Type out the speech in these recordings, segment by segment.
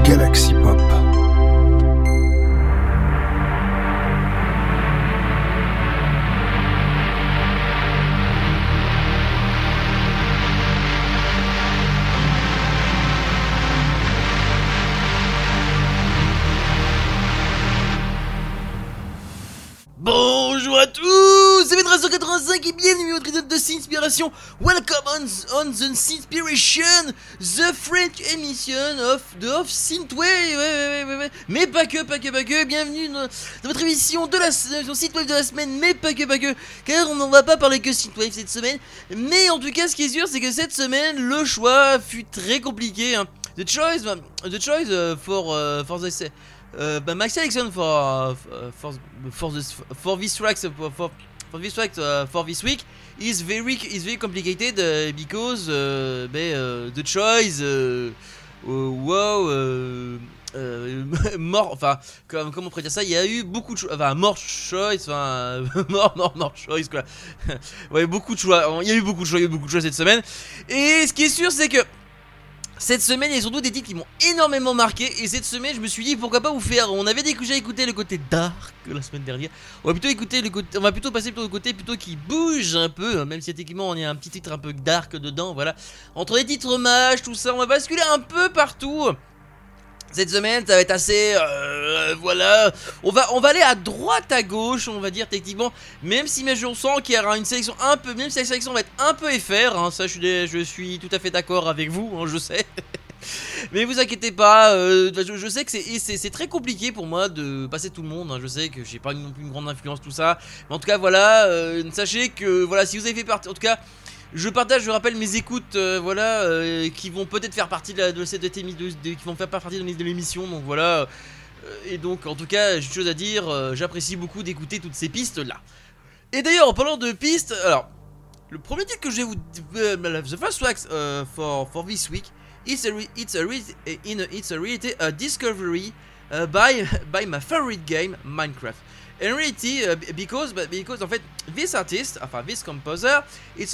Galaxy Pop. Bonjour à tous, c'est Vedra185 et bienvenue au épisode de Synspiration. Welcome on the Synspiration, the French emission of Synthwave. Ouais. Mais pas que, bienvenue dans votre émission de la Synthwave de la semaine, mais pas que, car on n'en va pas parler que Synthwave cette semaine. Mais en tout cas, ce qui est sûr, c'est que cette semaine, le choix fut très compliqué, hein. The choice for this... my selection for this track for this week is very complicated because the choice more, enfin comment on pourrait dire ça, il y a eu beaucoup de choix, enfin more choice, enfin more choice quoi. Ouais, beaucoup de choix, il y a eu beaucoup de choix cette semaine. Et ce qui est sûr, c'est que cette semaine, il y a surtout des titres qui m'ont énormément marqué. Et cette semaine, je me suis dit pourquoi pas vous faire. On avait déjà écouté le côté dark la semaine dernière. On va plutôt passer au côté qui bouge un peu. Même si techniquement, on a un petit titre un peu dark dedans. Voilà. Entre les titres hommages, tout ça, on va basculer un peu partout. Cette semaine, ça va être assez, voilà. On va aller à droite, à gauche, on va dire techniquement. Même si je sens qu'il y aura une sélection un peu, même si la sélection va être un peu FR, hein, ça je suis tout à fait d'accord avec vous, hein, je sais. Mais vous inquiétez pas, je sais que c'est très compliqué pour moi de passer tout le monde, hein, je sais que j'ai pas non plus une grande influence tout ça. Mais en tout cas voilà, sachez que voilà, si vous avez fait partie, en tout cas. Je rappelle mes écoutes, qui vont peut-être faire partie qui vont faire partie de l'émission, donc voilà. Et donc, en tout cas, j'ai une chose à dire, j'apprécie beaucoup d'écouter toutes ces pistes-là. Et d'ailleurs, en parlant de pistes, alors, le premier titre que je vais vous... the first track for this week, it's really a discovery by my favorite game, Minecraft. In reality, because en fait, this artist, enfin this composer, it's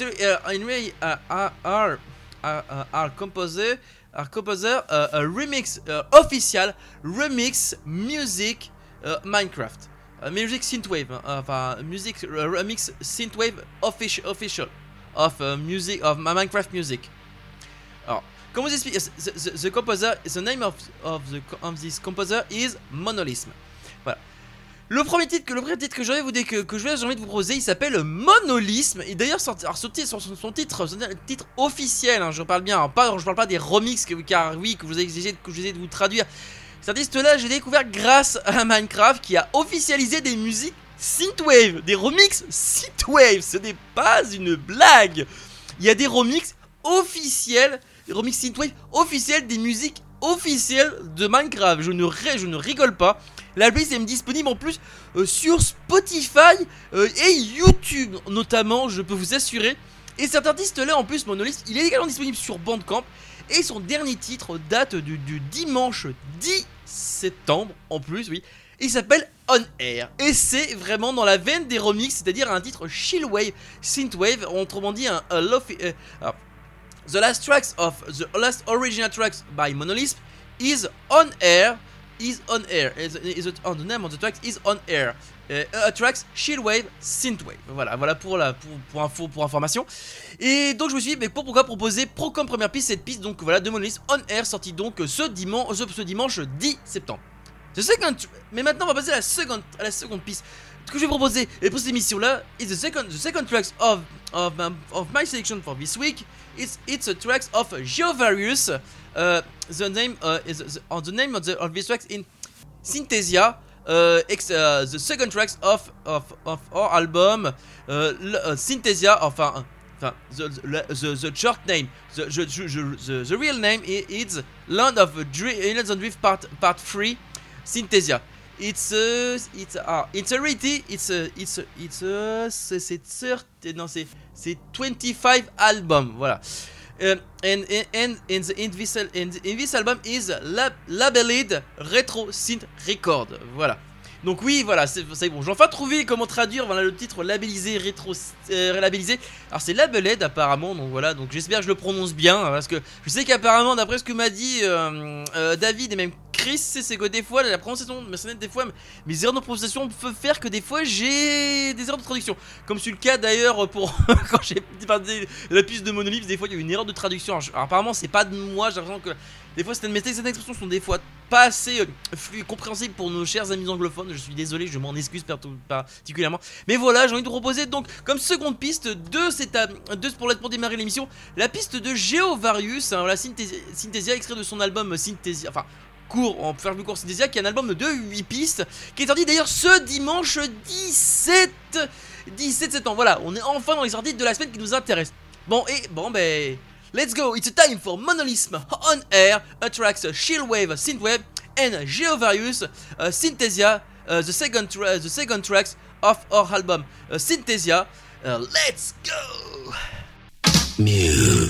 our composer a remix official remix music Minecraft, music synthwave, enfin music remix synthwave official of music of Minecraft music. Alors, comment vous expliquer? The composer, the name of this composer is Monolism. Voilà. Le premier titre que j'ai envie de vous proposer, il s'appelle Monolism. Et d'ailleurs, son titre officiel, hein, je parle pas des remixes que je vous ai essayé de vous traduire. Cet artiste-là, j'ai découvert grâce à Minecraft qui a officialisé des musiques synthwave, des remixes synthwave. Ce n'est pas une blague. Il y a des remixes officiels, des remixes synthwave officiels des musiques officielles de Minecraft. Je ne rigole pas. La playlist est disponible en plus sur Spotify et YouTube notamment, je peux vous assurer. Et cet artiste-là, en plus, Monolith, il est également disponible sur Bandcamp. Et son dernier titre date du dimanche 10 septembre, en plus, oui. Il s'appelle On Air. Et c'est vraiment dans la veine des remixes, c'est-à-dire un titre chillwave, synthwave, autrement dit un lofi. The last last original tracks by Monolith is On Air. The name of the track is On Air. Tracks chillwave synthwave. Voilà pour information. Et donc je me suis dit, mais pourquoi proposer comme première piste cette piste, donc voilà, de Monolith On Air, sorti donc ce dimanche 10 septembre. Mais maintenant on va passer à la seconde piste que je vais proposer. Et pour cette émission là, is the second tracks of my selection for this week. It's a tracks of Geovarius. The name of this tracks in Synthesia. The second tracks of our album Synthesia. The short name, the real name is Land of Drift Part 3 Synthesia. C'est 25 album, voilà. And this album is labeled Retro Synth Record, voilà. Donc oui, voilà, c'est bon. J'ai enfin trouvé comment traduire, voilà, le titre labellisé, labellisé. Alors c'est labeled apparemment, donc voilà. Donc j'espère que je le prononce bien, parce que je sais qu'apparemment, d'après ce que m'a dit David et même Chris, c'est que des fois la prononciation de Mercenaires, des fois mes erreurs de prononciation peuvent faire que des fois j'ai des erreurs de traduction. Comme c'est le cas d'ailleurs pour quand j'ai parlé de la piste de Monolith, des fois il y a eu une erreur de traduction. Alors, apparemment c'est pas de moi, j'ai l'impression que des fois certaines expressions sont des fois pas assez compréhensibles pour nos chers amis anglophones. Je suis désolé, je m'en excuse particulièrement. Mais voilà, j'ai envie de vous proposer donc comme seconde piste pour démarrer l'émission, la piste de Geovarius, hein, voilà, Synthesia, extrait de son album Synthesia, enfin court, on peut faire plus court, Synthesia, qui est un album de 8 pistes, qui est sorti d'ailleurs ce dimanche 17 septembre. Voilà, on est enfin dans les sorties de la semaine qui nous intéresse. Bon, let's go, it's a time for Monolithm on Air, a tracks Chillwave, Synthwave, and Geovarius, Synthesia, the second tracks of our album Synthesia. Let's go! Mute.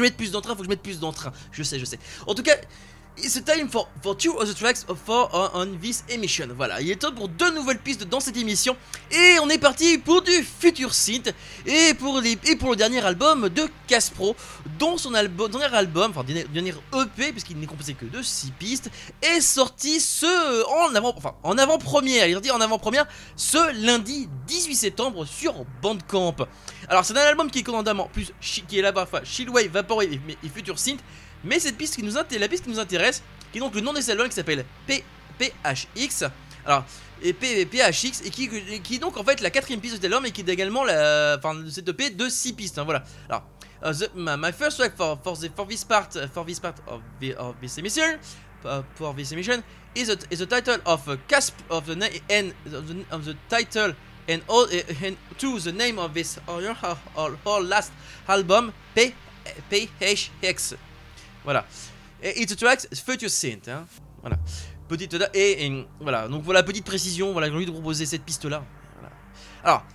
mettre plus d'entrain, faut que je mette plus d'entrain. Je sais. En tout cas, it's time for two other tracks on this emission. Voilà, il est temps pour 2 nouvelles pistes dans cette émission. Et on est parti pour du Future Synth. Et pour le dernier album de Kaspro, dont son dernier album, enfin dernier EP, puisqu'il n'est composé que de 6 pistes, est sorti en avant-première. Il est sorti en avant-première ce lundi 18 septembre sur Bandcamp. Alors c'est un album qui est condamnablement plus qui est là parfois Chillwave, Vaporwave et Future Synth. Mais cette piste la piste qui nous intéresse, qui est donc le nom de cet album qui s'appelle PHX. Alors, et PHX, et qui est donc en fait la 4ème piste de cet album, et qui est également de cette EP de 6 pistes. Hein, voilà. Alors, my first track for this part of this emission, is the title of the title and to the name of this our last album, PHX. Voilà. Et it's a track Future Synth. Hein. Voilà. Voilà. Donc voilà, petite précision. Voilà, j'ai envie de proposer cette piste là. Voilà. Alors,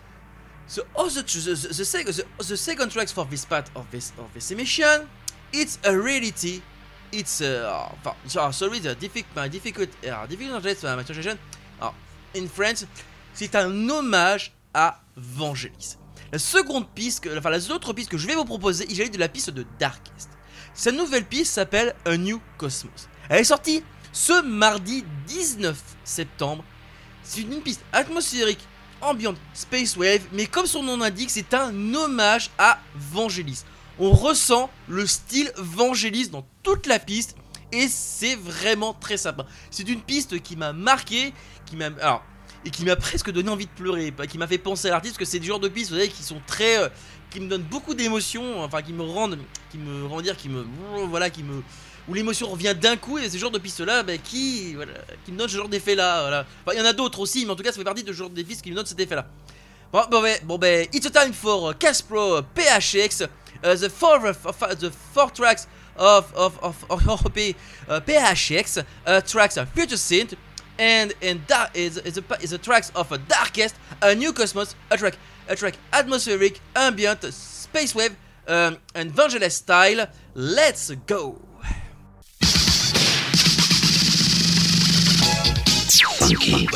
the second track for this part of this emission, it's a reality. It's sorry, the difficult translation. In French, c'est un hommage à Vangelis. La autre piste que je vais vous proposer, il s'agit de la piste de Darkest. Sa nouvelle piste s'appelle A New Cosmos. Elle est sortie ce mardi 19 septembre. C'est une piste atmosphérique, ambiante, space wave, mais comme son nom l'indique, c'est un hommage à Vangelis. On ressent le style Vangelis dans toute la piste et c'est vraiment très sympa. C'est une piste qui m'a marqué, qui m'a presque donné envie de pleurer, qui m'a fait penser à l'artiste, parce que c'est du genre de pistes, vous savez, qui sont très qui me donnent beaucoup d'émotions, enfin où l'émotion revient d'un coup, et c'est ce genre de pistes là qui me donne ce genre d'effet là, voilà. Enfin, il y en a d'autres aussi, mais en tout cas ça fait partie de ce genre de pistes qui me donnent cet effet là. Bon, it's a time for Kaspro PHX, the four tracks of PHX, tracks of Future Synth, and the tracks of Darkest, A New Cosmos, a track atmospheric, ambient, space wave, and Vangelis style. Let's go. Okay.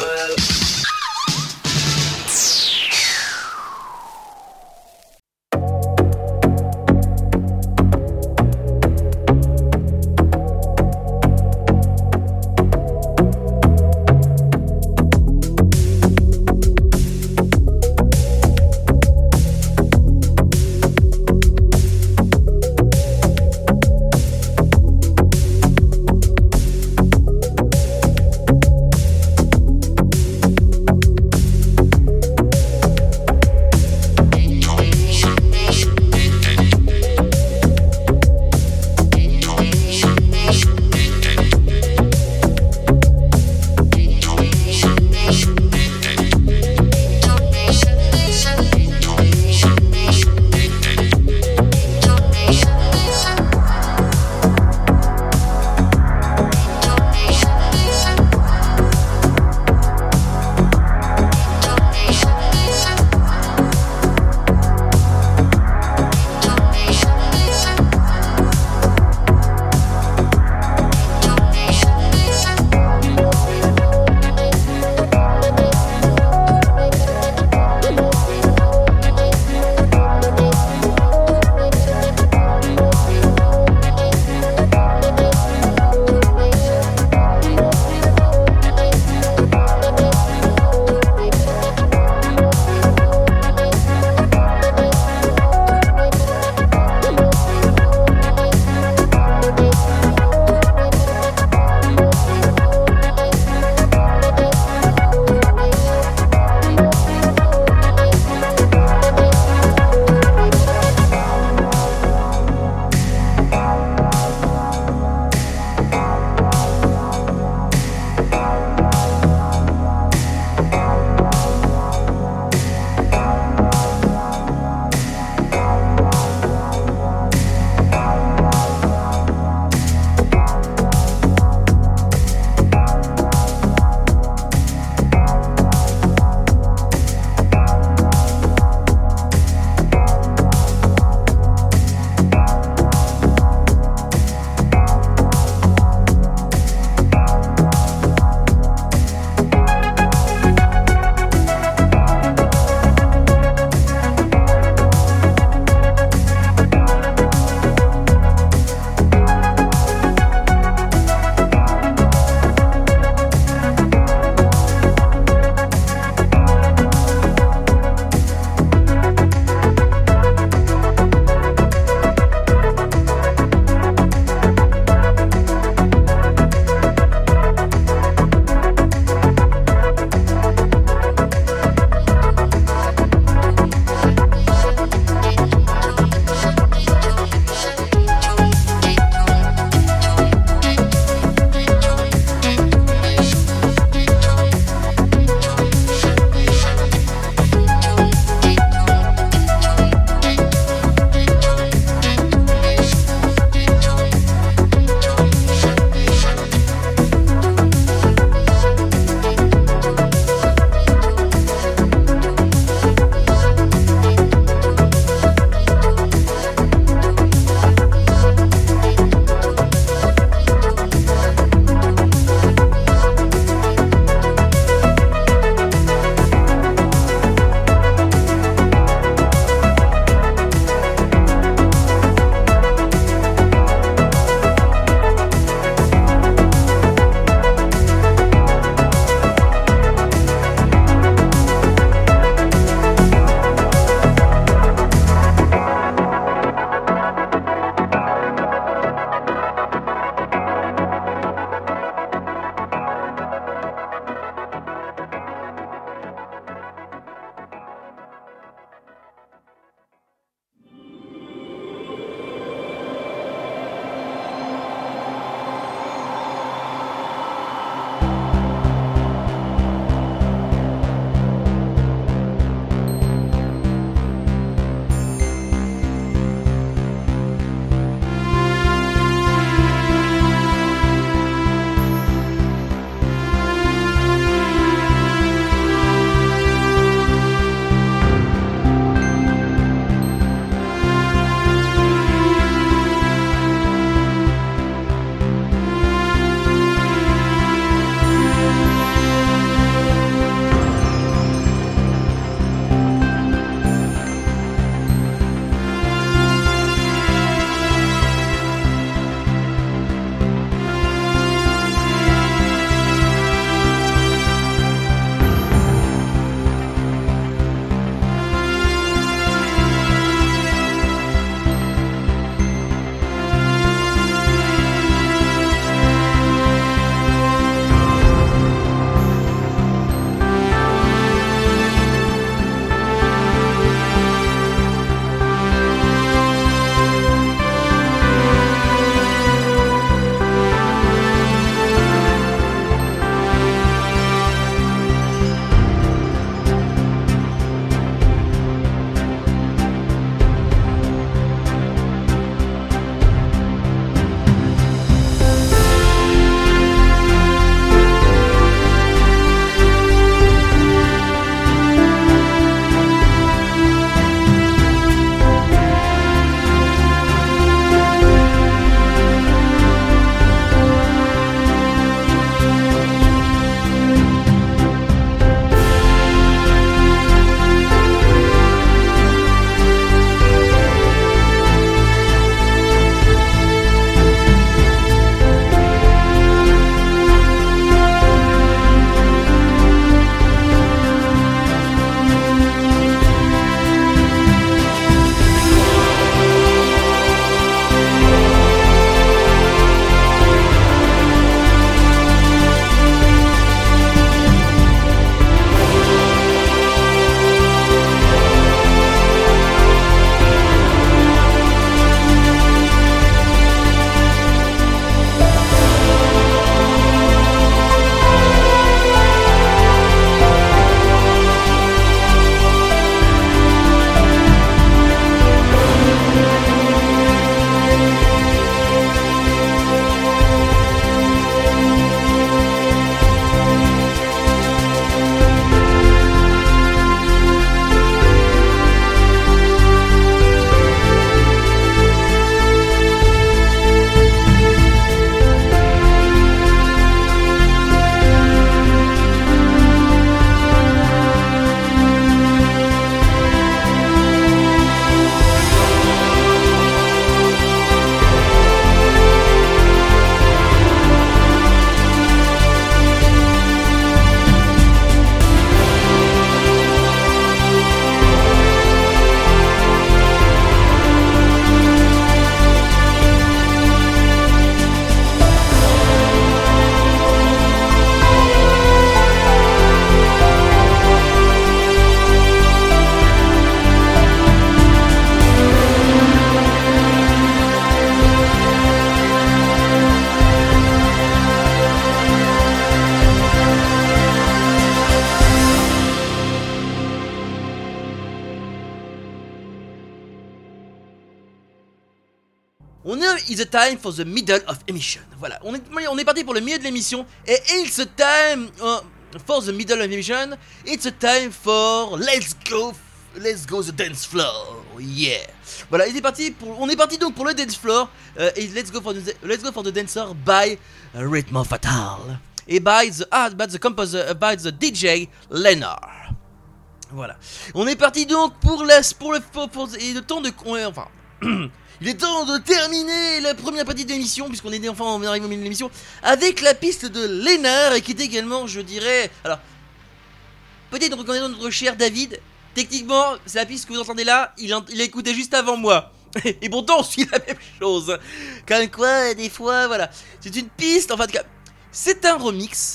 it's a time for the middle of emission. Voilà, on est parti pour le milieu de l'émission. Et it's a time for the middle of emission. It's a time for let's go the dance floor. Yeah. Voilà, on est parti donc pour le dance floor. Et let's go for the dancer by Rhythm Fatal. Et by the composer, by the DJ Leonard. Voilà. On est parti donc pour et le temps de enfin il est temps de terminer la première partie de l'émission, puisqu'on est enfin on arrive au milieu de l'émission avec la piste de Lénard, et qui est également, je dirais, alors peut-être reconnaître notre cher David. Techniquement, c'est la piste que vous entendez là, il a écouté juste avant moi. Et pourtant on suit la même chose. Comme quoi, des fois, voilà. C'est une piste, enfin en tout cas, c'est un remix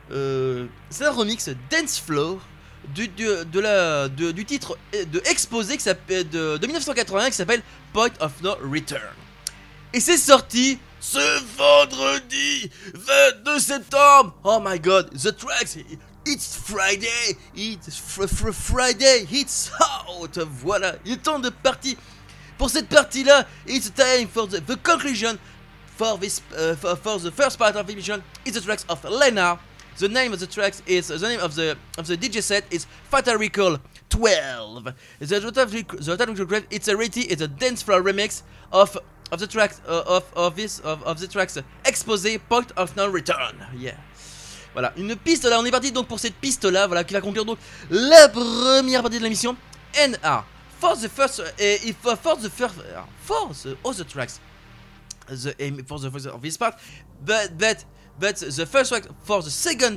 Dance Floor du titre de Exposé qui s'appelle de 1981, qui s'appelle Point of No Return. Et c'est sorti ce vendredi 22 septembre. Oh my god, the tracks, it's Friday, Friday, it's out. Voilà, il est temps de partir pour cette partie là. It's time for the conclusion for this for the first part of the emission. It's the tracks of Lena. The name of the tracks is the name of the DJ set is Fatal Recall 12. The Fatal Recall it's a dance floor remix of the tracks of the tracks Exposé Point of No Return. Yeah. Voilà, une piste là, on est parti donc pour cette piste là, voilà, qui va conclure donc la première partie de l'émission. And for the other tracks, for the first of this part, but the first track for the second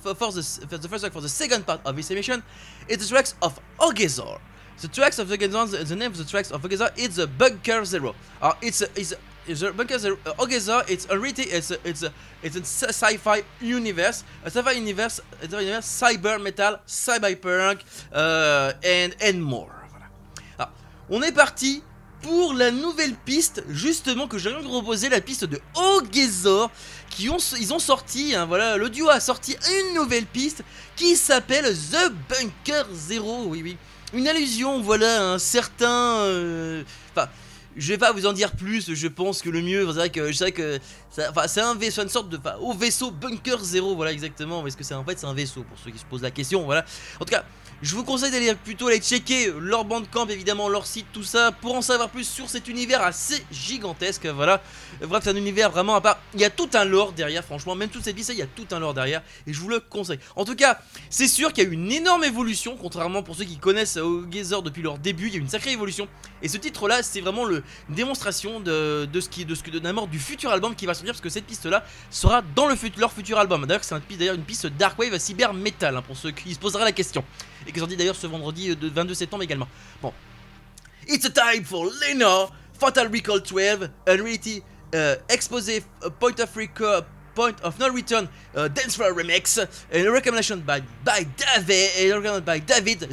part of this emission is the tracks of Orgazor. The tracks of Orgazor, the name of the tracks of Orgazor is the Bunker Zero. It's a Bunker Zero. Orgazor, it's a sci-fi universe, cyber metal, cyberpunk, and more. Voilà. Alors, on est parti pour la nouvelle piste, justement, que j'ai proposé, la piste de Orgazor. Ils ont sorti, hein, voilà, le duo a sorti une nouvelle piste qui s'appelle The Bunker Zero. Oui, une allusion, voilà, à un certain, enfin, je vais pas vous en dire plus. Je pense que le mieux, c'est vrai que c'est un vaisseau, une sorte de, au vaisseau Bunker Zero, voilà, exactement, parce que c'est un vaisseau, pour ceux qui se posent la question, voilà. En tout cas, je vous conseille d'aller checker leur bandcamp, évidemment, leur site, tout ça, pour en savoir plus sur cet univers assez gigantesque, voilà. Bref, c'est un univers vraiment à part. Il y a tout un lore derrière, franchement, même toute cette piste, il y a tout un lore derrière, et je vous le conseille. En tout cas, c'est sûr qu'il y a eu une énorme évolution, contrairement pour ceux qui connaissent Orgazor depuis leur début, il y a eu une sacrée évolution. Et ce titre-là, c'est vraiment une démonstration de la mort du futur album qui va sortir, parce que cette piste-là sera dans leur futur album. D'ailleurs, c'est une piste Darkwave cyber metal, hein, pour ceux qui se poseraient la question. Et qui est sorti d'ailleurs ce vendredi de 22 septembre également. Bon. It's a time for Lena, Fatal Recall 12, Unreality, Exposé Point of No Return, Dance Floor Remix, and a recommendation by David,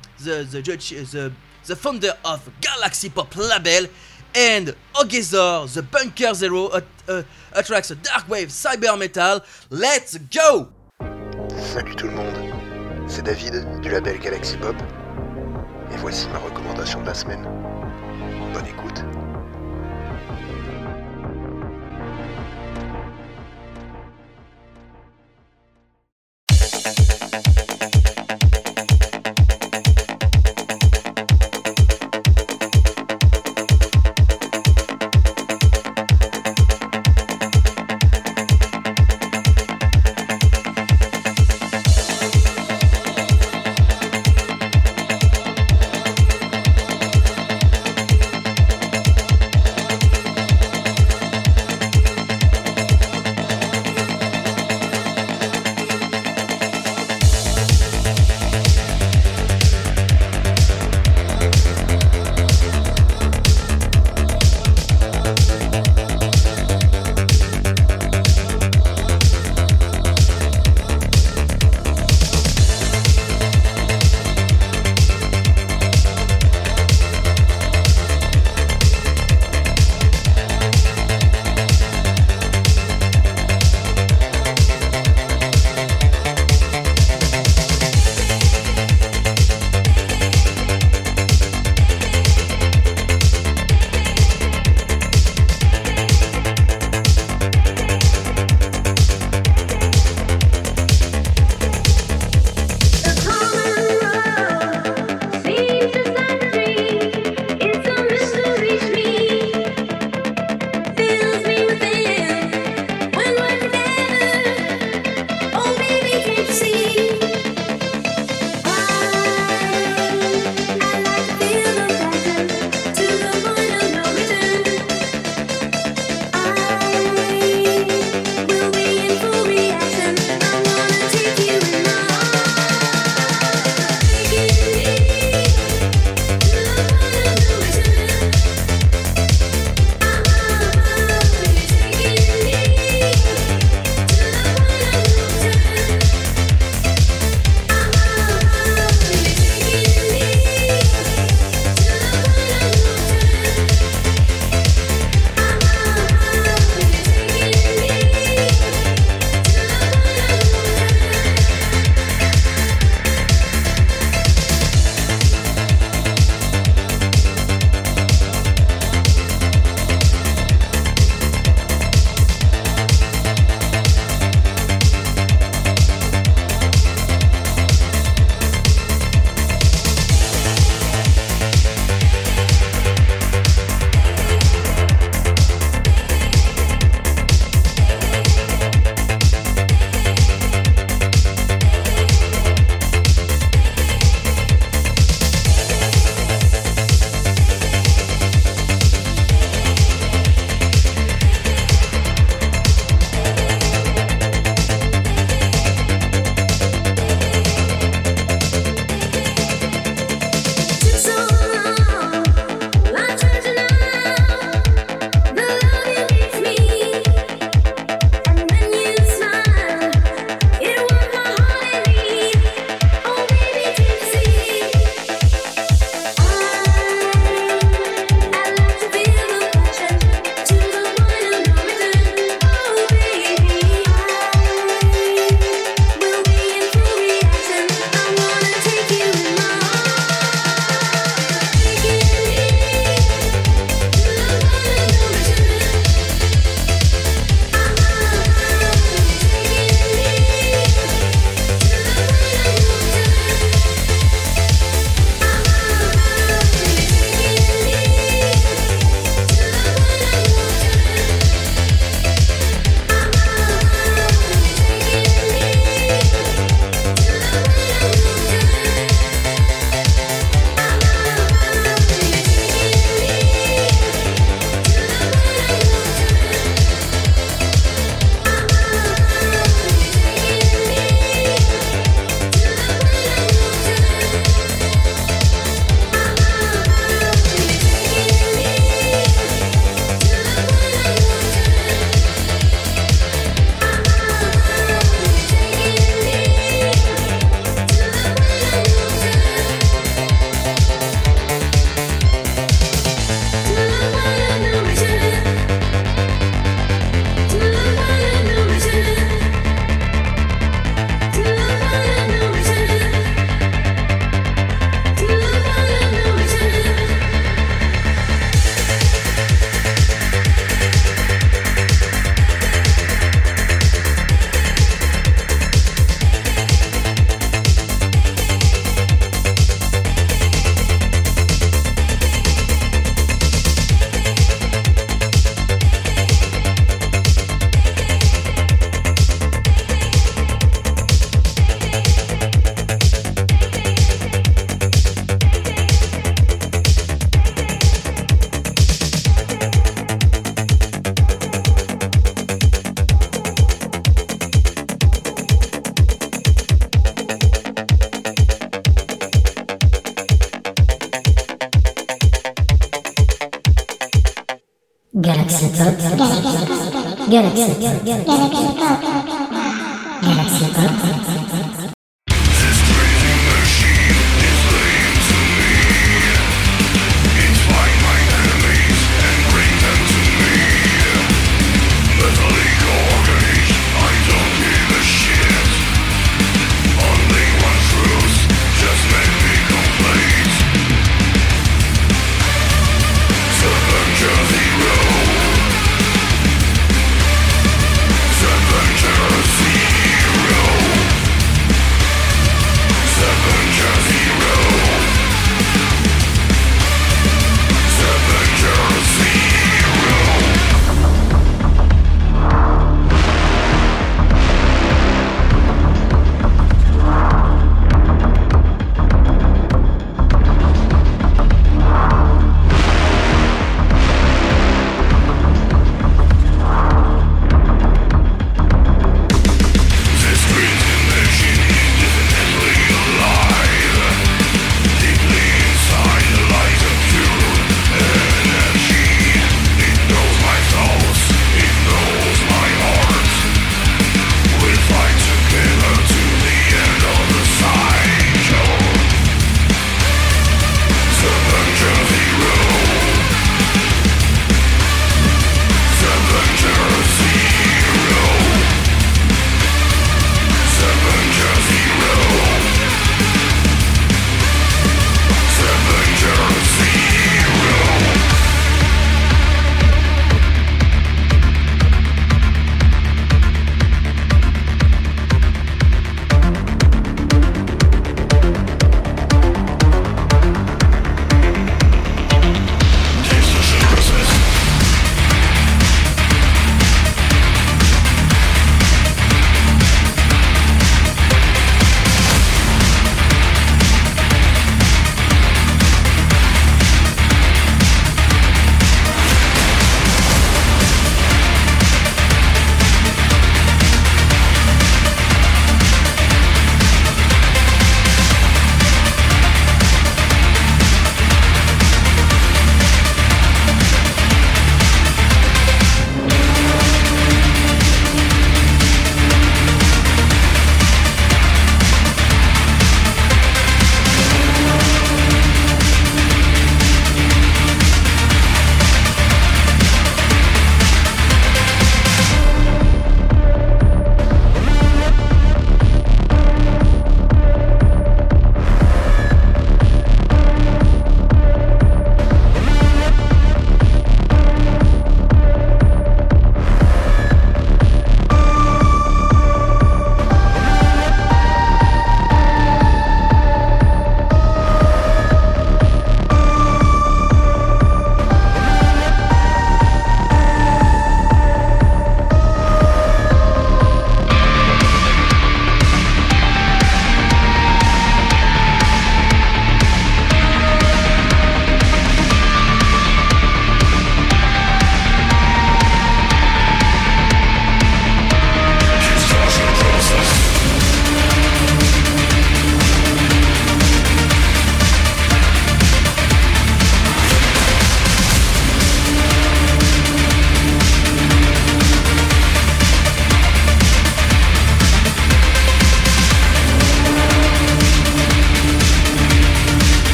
the founder of Galaxy Pop Label, and Orgazor, the Bunker Zero, attracts dark wave cyber metal. Let's go! Salut tout le monde, c'est David du label Galaxy Pop, et voici ma recommandation de la semaine. Bonne écoute.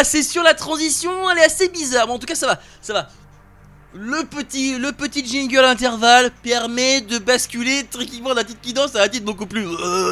c'est sûr, la transition, elle est assez bizarre. Bon, en tout cas, ça va. Le petit jingle à intervalle permet de basculer tranquillement d'un titre qui danse à un titre beaucoup plus...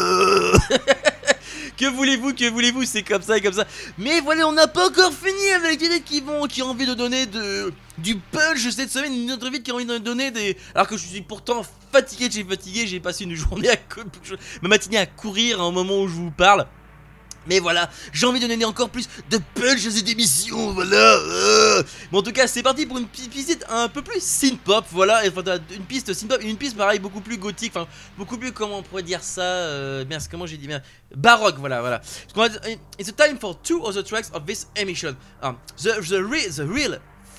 Que voulez-vous, c'est comme ça et comme ça. Mais voilà, on n'a pas encore fini avec les titres qui ont envie de donner du punch cette semaine. Une autre vite qui a envie de donner des... Alors que je suis pourtant fatigué, j'ai passé une journée ma matinée à courir au moment où je vous parle. Mais voilà, j'ai envie de donner encore plus de punch à cette émission, voilà. Bon, en tout cas, c'est parti pour une piste un peu plus synth-pop, voilà. Enfin, une piste synth-pop, une piste pareil, beaucoup plus gothique, enfin, beaucoup plus, comment on pourrait dire ça, comment j'ai dit, baroque, voilà. It's a time for two other tracks of this emission. The real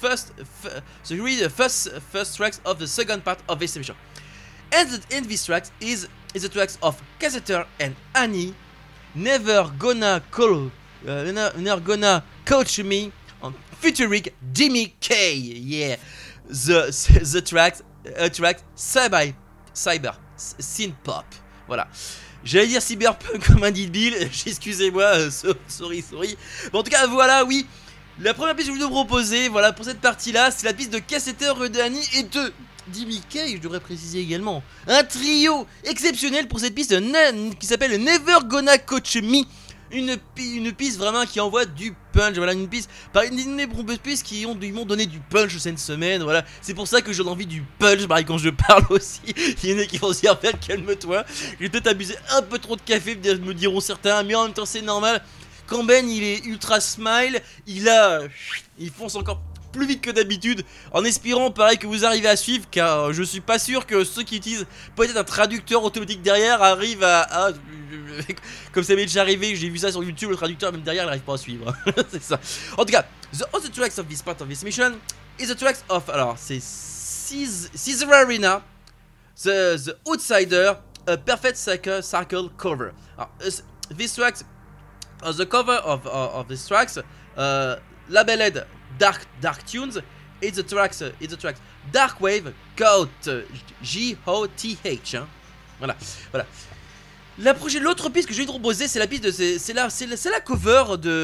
first tracks of the second part of this emission. And this track is the tracks of Casseter and Annie. Never Gonna Coach Me featuring Jimmy K. Yeah, the track cyber synth pop. Voilà. J'allais dire cyberpunk comme un dit Bill. Excusez-moi, sorry. Bon, en tout cas, voilà, oui. La première piste que je vais vous proposer, voilà, pour cette partie-là, c'est la piste de Casseter, de Annie et de Jimmy K, je devrais préciser également. Un trio exceptionnel pour cette piste qui s'appelle Never Gonna Coach Me. Une piste vraiment qui envoie du punch. Voilà, une piste par une des pistes qui m'ont donné du punch cette semaine. Voilà, c'est pour ça que j'ai envie du punch. Pareil, quand je parle aussi, il y en a qui vont se dire calme-toi. J'ai peut-être abusé un peu trop de café, me diront certains, mais en même temps, c'est normal. Quand Ben il est ultra smile, il fonce encore plus vite que d'habitude, en espérant pareil que vous arrivez à suivre, car je suis pas sûr que ceux qui utilisent peut-être un traducteur automatique derrière arrivent à comme ça m'est déjà arrivé, j'ai vu ça sur YouTube, le traducteur même derrière il n'arrive pas à suivre. C'est ça. En tout cas, the other tracks of this part of this mission is the tracks of, alors c'est Caesar Arena, the Outsider, a Perfect Circle cover. Alors, these tracks, the cover of these tracks, labeled Dark Tunes, it's the tracks Dark Wave Goth, G-O-T-H, hein. Voilà. L'autre piste que je vais te proposer, c'est la piste c'est la cover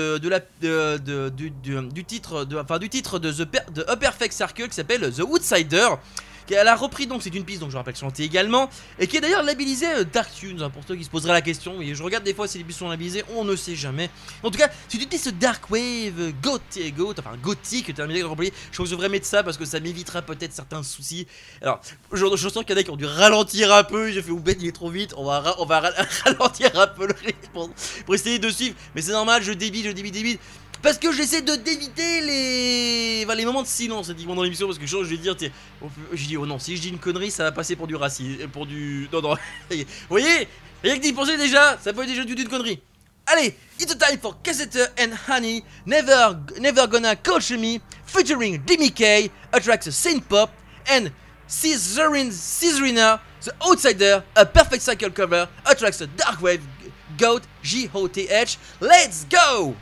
du titre de A Perfect Circle qui s'appelle The Outsider. Elle a repris, donc c'est une piste, donc je rappelle chanter également, et qui est d'ailleurs labellisée Dark Tunes, hein, pour ceux qui se poseraient la question. Et je regarde des fois si les pistes sont labellisées, on ne sait jamais. En tout cas, c'est une piste Dark Wave, gothique, terminé. Je pense que je devrais mettre ça parce que ça m'évitera peut-être certains soucis. Alors, je sens qu'il y en a qui ont dû ralentir un peu. J'ai fait, Ben il est trop vite, on va ralentir un peu le rythme pour essayer de suivre. Mais c'est normal, je débite. Parce que j'essaie d'éviter les moments de silence dans l'émission, parce que je vais dire, je dis, oh non, si je dis une connerie, ça va passer pour du racisme, non, vous voyez, rien que d'y penser déjà, ça peut être déjà d'une connerie. Allez, it's time for Casseter and Honey, Never Gonna Coach Me, featuring Jimmy K, attracts synth pop, and Caesarina, the Outsider, a Perfect Cycle cover, attracts Dark Wave, Goat, G-O-T-H. Let's go!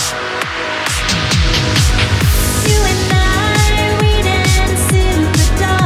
You and I, we dance in the dark.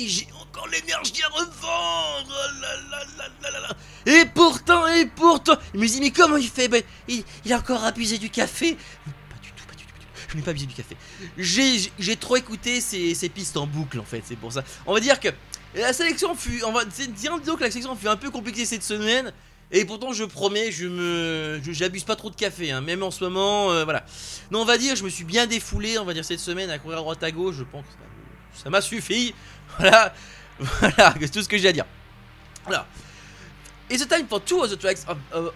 dit, j'ai encore l'énergie à revendre. Oh là là là là là là. Et pourtant, il me dit, mais comment il fait? Il a encore abusé du café. Pas du tout. Je n'ai pas abusé du café. J'ai trop écouté ces pistes en boucle, en fait, c'est pour ça. On va dire que la sélection fut, disons que la sélection fut un peu compliquée cette semaine. Et pourtant, je promets, j'abuse pas trop de café, hein, même en ce moment, voilà. Non, on va dire, je me suis bien défoulé, on va dire, cette semaine à courir à droite à gauche, je pense que ça m'a suffi. Voilà, c'est tout ce que j'ai à dire. Alors, it's a time for two of the tracks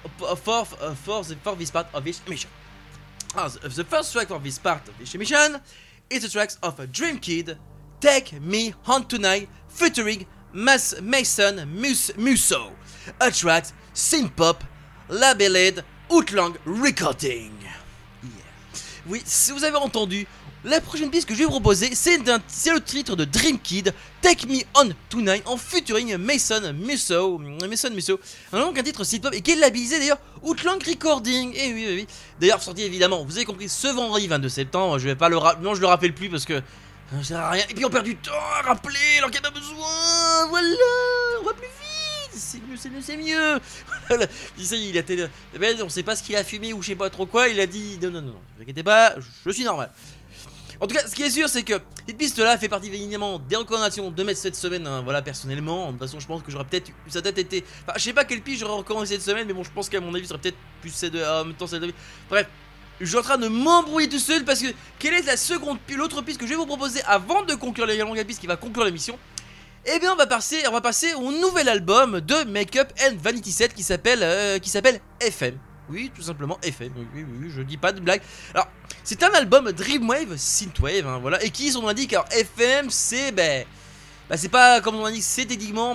for this part of this mission. The first track for this part of this mission is the tracks of Dream Kid, Take Me On Tonight, featuring Mason Musso. A track synth-pop labeled Outland Recording. Yeah. Oui, si vous avez entendu, la prochaine piste que je vais vous proposer, c'est le titre de Dream Kid, Take Me On Tonight, en featuring Mason Musso. Donc un titre synth-pop et qui est labellisé d'ailleurs Outland Recording. Et oui. D'ailleurs sorti évidemment, vous avez compris, ce vendredi 22 septembre. Je vais pas non, je le rappelle plus parce que ça sert à rien. Et puis on perd du temps à rappeler alors qu'il n'y a pas besoin. Voilà, on va plus vite. C'est mieux. Il a été, on sait pas ce qu'il a fumé ou je sais pas trop quoi. Il a dit non, ne vous inquiétez pas, je suis normal. En tout cas, ce qui est sûr, c'est que cette piste-là fait partie évidemment des recommandations de mettre cette semaine. Hein, voilà, personnellement. De toute façon, je pense que j'aurais peut-être. Ça a peut-être été. Enfin, je sais pas quelle piste j'aurais recommandé cette semaine, mais bon, je pense qu'à mon avis, ça serait peut-être plus celle de. En même temps, celle de. Bref. Je suis en train de m'embrouiller tout seul parce que quelle est l'autre piste que je vais vous proposer avant de conclure la piste qui va conclure l'émission? Eh bien on va passer au nouvel album de Make Up and Vanity Set qui s'appelle FM. Oui, tout simplement FM. Oui, je dis pas de blague. Alors, c'est un album Dreamwave Synthwave, hein, voilà, et qui, son nom l'indique, alors FM, c'est c'est pas comme on indique, c'est techniquement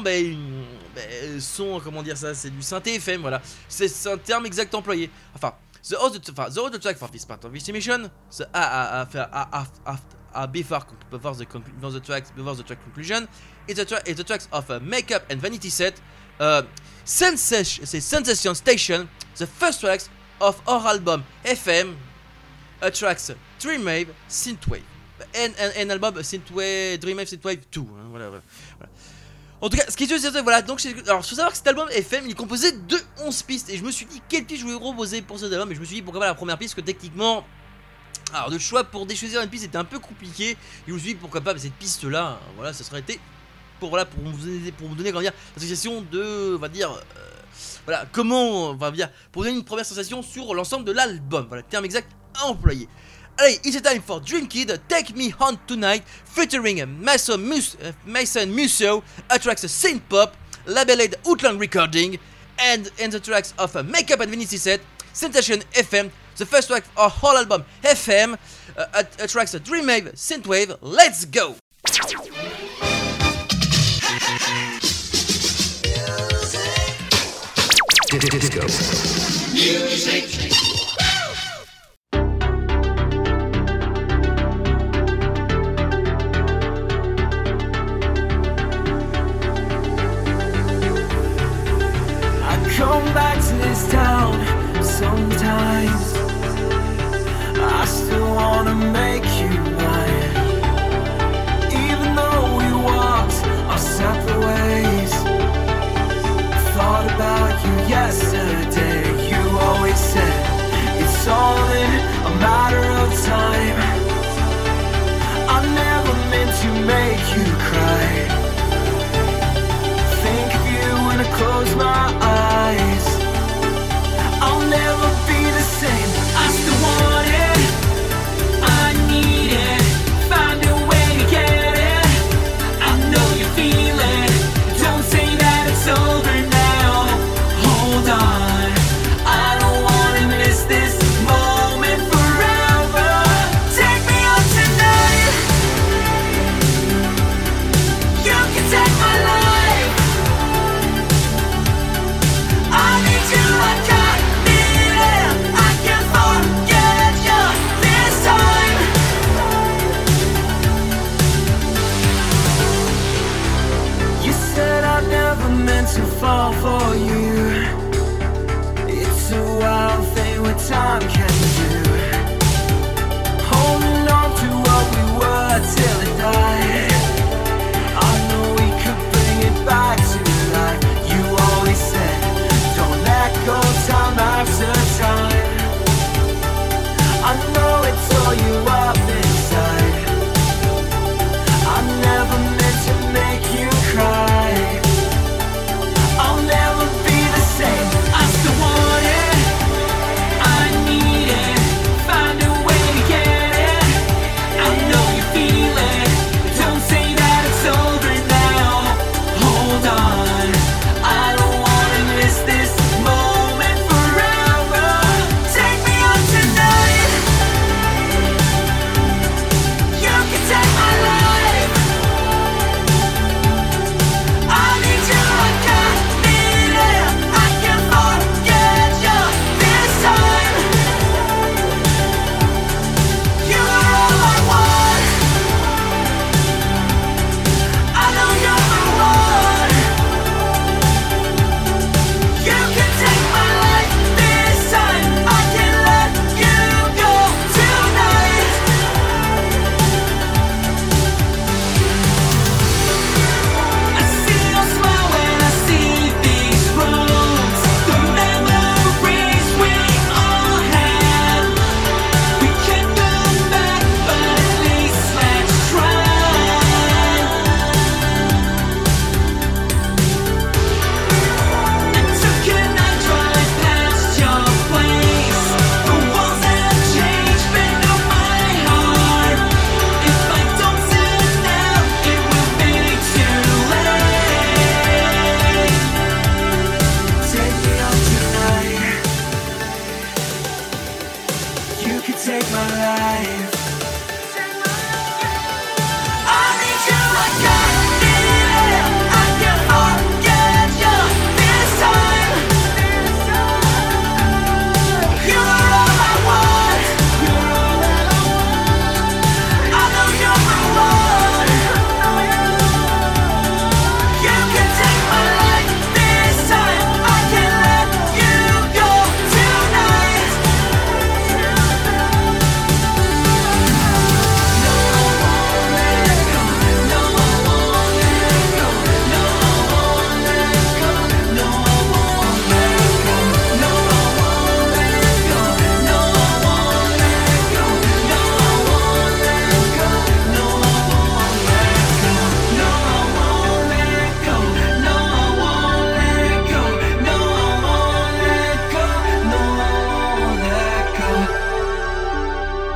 son, comment dire ça, c'est du synthé FM, voilà. C'est un terme exact employé. Enfin, the other track for this part of this emission, before the track conclusion, it's the tracks of Make Up and Vanity Set, Sensation Station, the first tracks of our album FM, tracks Dreamwave Synthwave, and album Synthwave Dreamwave Synthwave 2. Hein, voilà. En tout cas, ce qui est sûr, c'est voilà. Donc, alors, faut savoir que cet album FM, il est composé de 11 pistes, et je me suis dit quelle piste je voulais proposer pour cet album, et je me suis dit pourquoi pas la première piste, que techniquement. Alors de choix pour choisir une piste c'était un peu compliqué. Et je me suis dit pourquoi pas cette piste là, voilà, ça serait été pour vous donner l'association de, on va dire, voilà, comment, on va dire, pour donner une première sensation sur l'ensemble de l'album. Voilà, terme exact à employer. Allez, it's a time for Dream Kid, Take Me On Tonight, featuring Mason Musso, a tracks synth pop, labeled Outland Recording, and the tracks of Make Up and Vanity Set, Sensation FM. The first track of whole album FM, tracks Dreamwave Synthwave. Let's go. Disco. Music. I come back to this town sometimes. I still wanna make you mine, even though we walked our separate ways. Thought about you yesterday. You always said life. I need you like I need air. I can forget you this time. You're all I want. I know you're the one. You can take my life this time. I can't let you go tonight. No, I won't let go. No, I won't let go. No, I won't let go. No, I won't let go. No, I won't let go. No, I won't let go. No, I won't let go. No, I won't let go. No, I won't let go. No, I won't let go. No, I won't let go. No, I won't let go.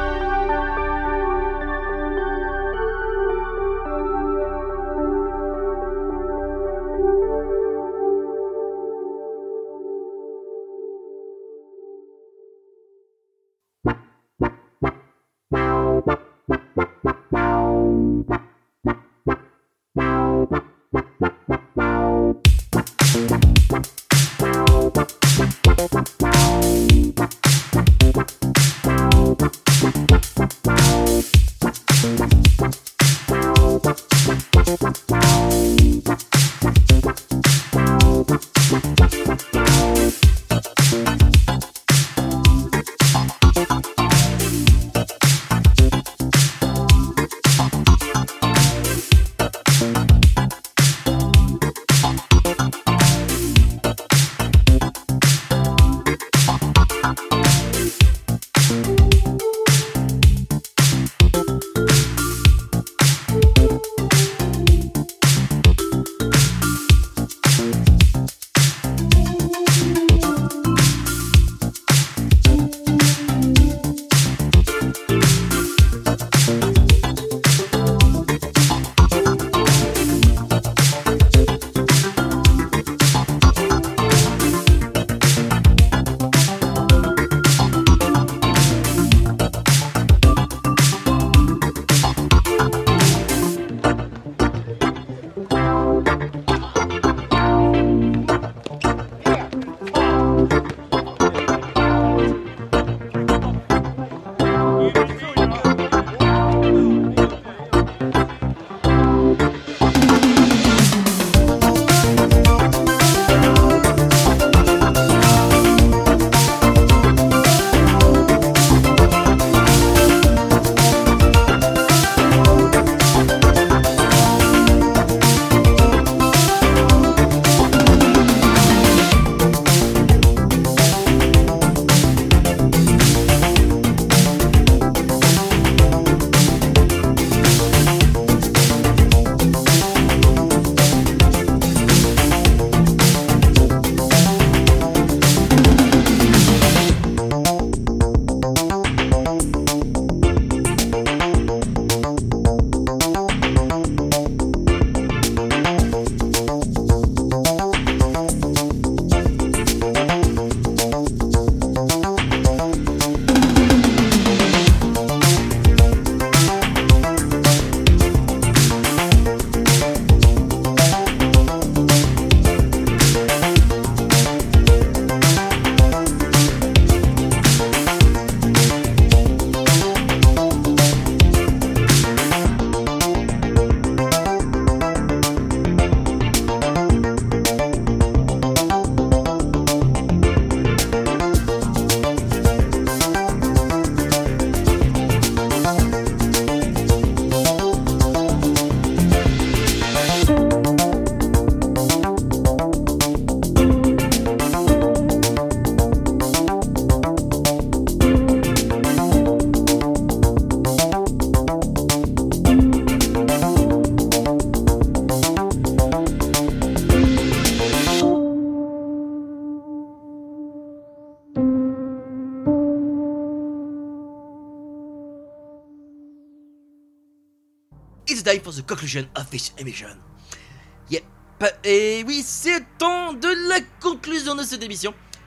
It's time for the conclusion of this emission. Yep. Et oui, c'est temps de la conclusion de cette émission.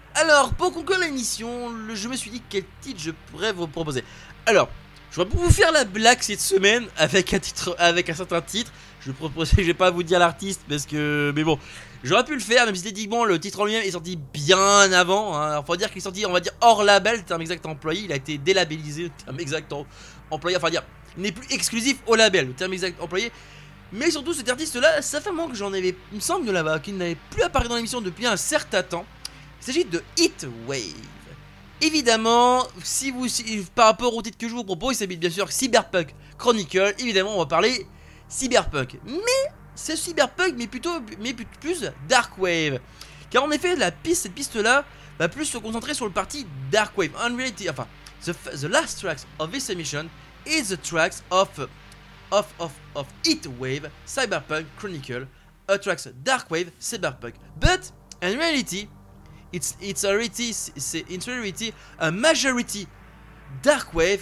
Alors, pour conclure l'émission, je me suis dit quel titre je pourrais vous proposer. Alors, je vais vous faire la blague cette semaine avec un certain titre. Je vais pas vous dire l'artiste parce que, mais bon, j'aurais pu le faire, même si techniquement le titre en lui-même est sorti bien avant. Hein. Alors, faut dire qu'il est sorti, on va dire hors label, terme exact employé. Il a été délabellisé, terme exact employé. Enfin, dire, il n'est plus exclusif au label, le terme exact employé. Mais surtout, cet artiste-là, ça fait un moment que j'en avais, il me semble, qu'il n'avait plus apparu dans l'émission depuis un certain temps. Il s'agit de Heatwave. Évidemment, par rapport au titre que je vous propose, il s'agit bien sûr Cyberpunk Chronicle. Évidemment, on va parler Cyberpunk. Mais c'est Cyberpunk, mais plus Darkwave. Car en effet, cette piste-là va plus se concentrer sur le parti Darkwave. En réalité, enfin, the last tracks of this emission is the tracks of Heatwave, Cyberpunk Chronicle, tracks Darkwave, Cyberpunk. But in reality, it's in reality a majority Darkwave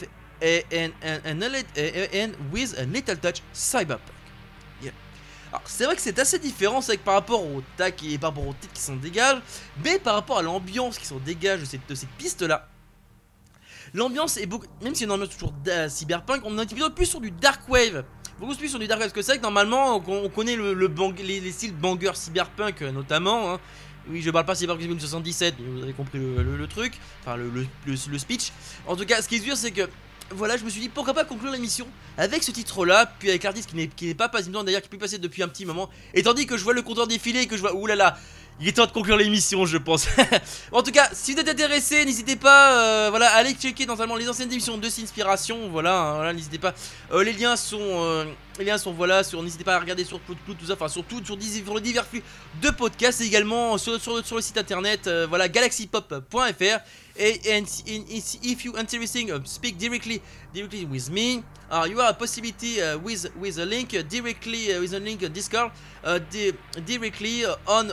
and with a little touch Cyberpunk. Yeah. Alors c'est vrai que c'est assez différent, c'est vrai que par rapport au tac et par rapport au titre qui s'en dégage, mais par rapport à l'ambiance qui s'en dégage de cette piste là. L'ambiance est beaucoup, même si on ambiance toujours cyberpunk, on est plutôt plus sur du darkwave. Beaucoup plus sur du darkwave, parce que c'est vrai que normalement on connaît les styles banger cyberpunk notamment. Hein. Oui, je parle pas cyberpunk 2077, mais vous avez compris le truc, enfin le speech. En tout cas, ce qui est sûr, c'est que voilà, je me suis dit pourquoi pas conclure l'émission avec ce titre-là, puis avec l'artiste qui n'est pas passé d'ailleurs, qui est plus passé depuis un petit moment. Et tandis que je vois le compteur défiler et que je vois, oulala, il est temps de conclure l'émission, je pense. En tout cas, si vous êtes intéressé, n'hésitez pas, voilà, à aller checker notamment les anciennes émissions de Sinspiration, voilà, n'hésitez pas. Les liens sont, voilà, n'hésitez pas à regarder sur Cloud, tout ça, enfin sur les divers flux de podcasts, et également sur le site internet, voilà, galaxypop.fr. And if you interesting, speak directly with me. You have a possibility with a link directly with a link Discord directly on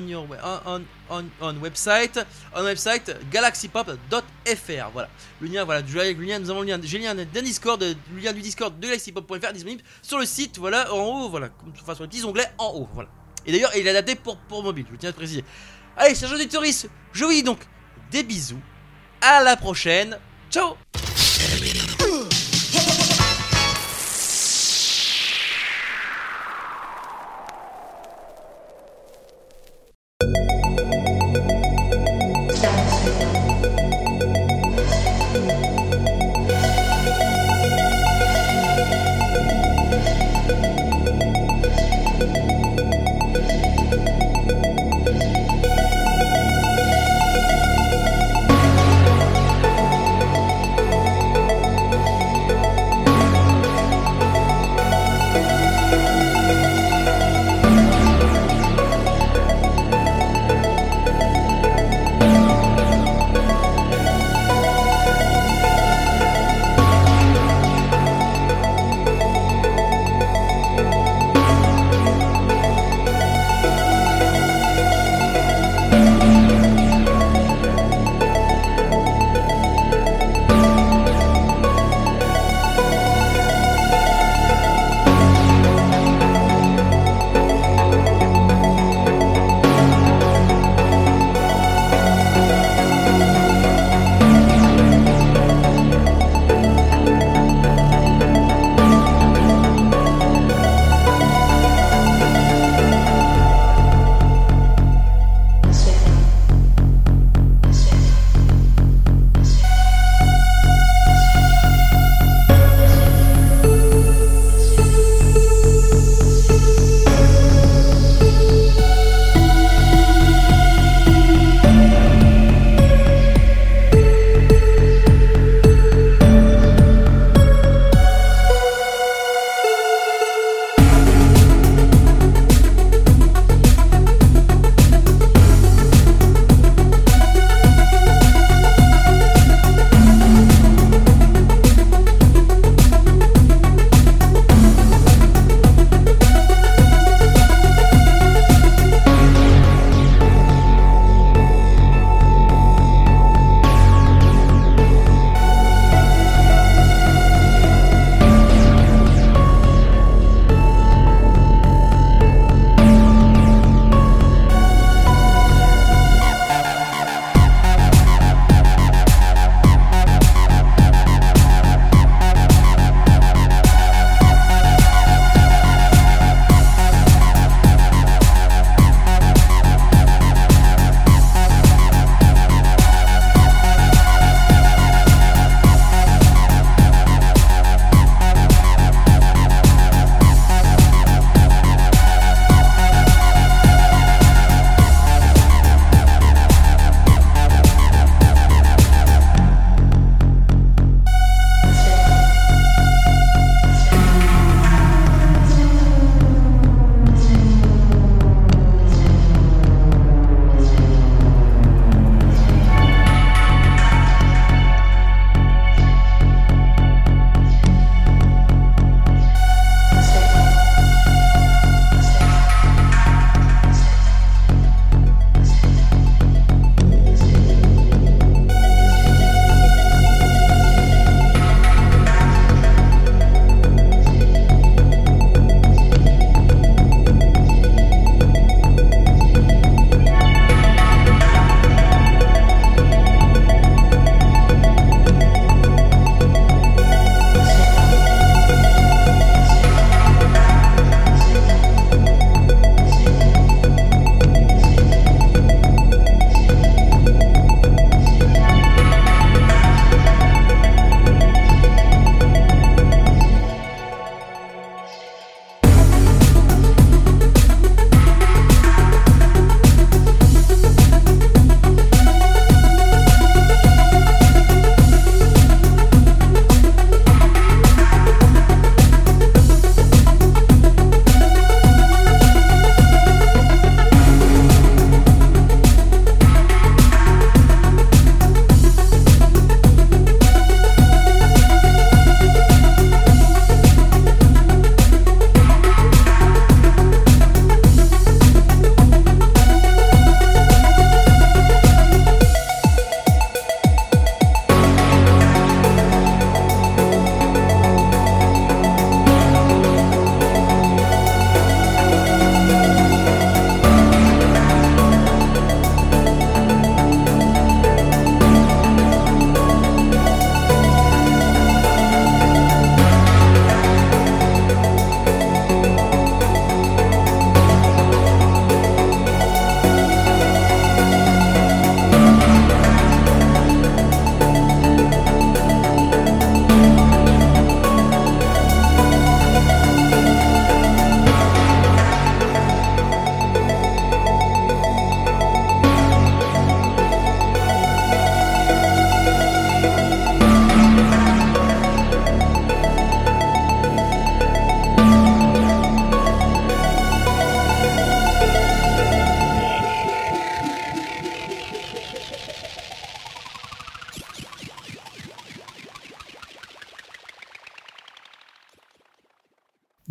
website galaxypop.fr. Voilà. Le lien, nous avons le lien, j'ai le lien d'un Discord, le lien du Discord de galaxypop.fr disponible sur le site, voilà, en haut, voilà, enfin sur les petits onglets en haut, voilà. Et d'ailleurs, il est adapté pour mobile, je tiens à le préciser. Allez, chers auditeurs, je vous dis donc des bisous, à la prochaine, ciao.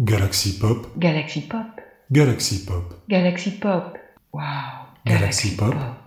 Galaxy Pop. Galaxy Pop. Galaxy Pop. Galaxy Pop. Wow. Galaxy Pop.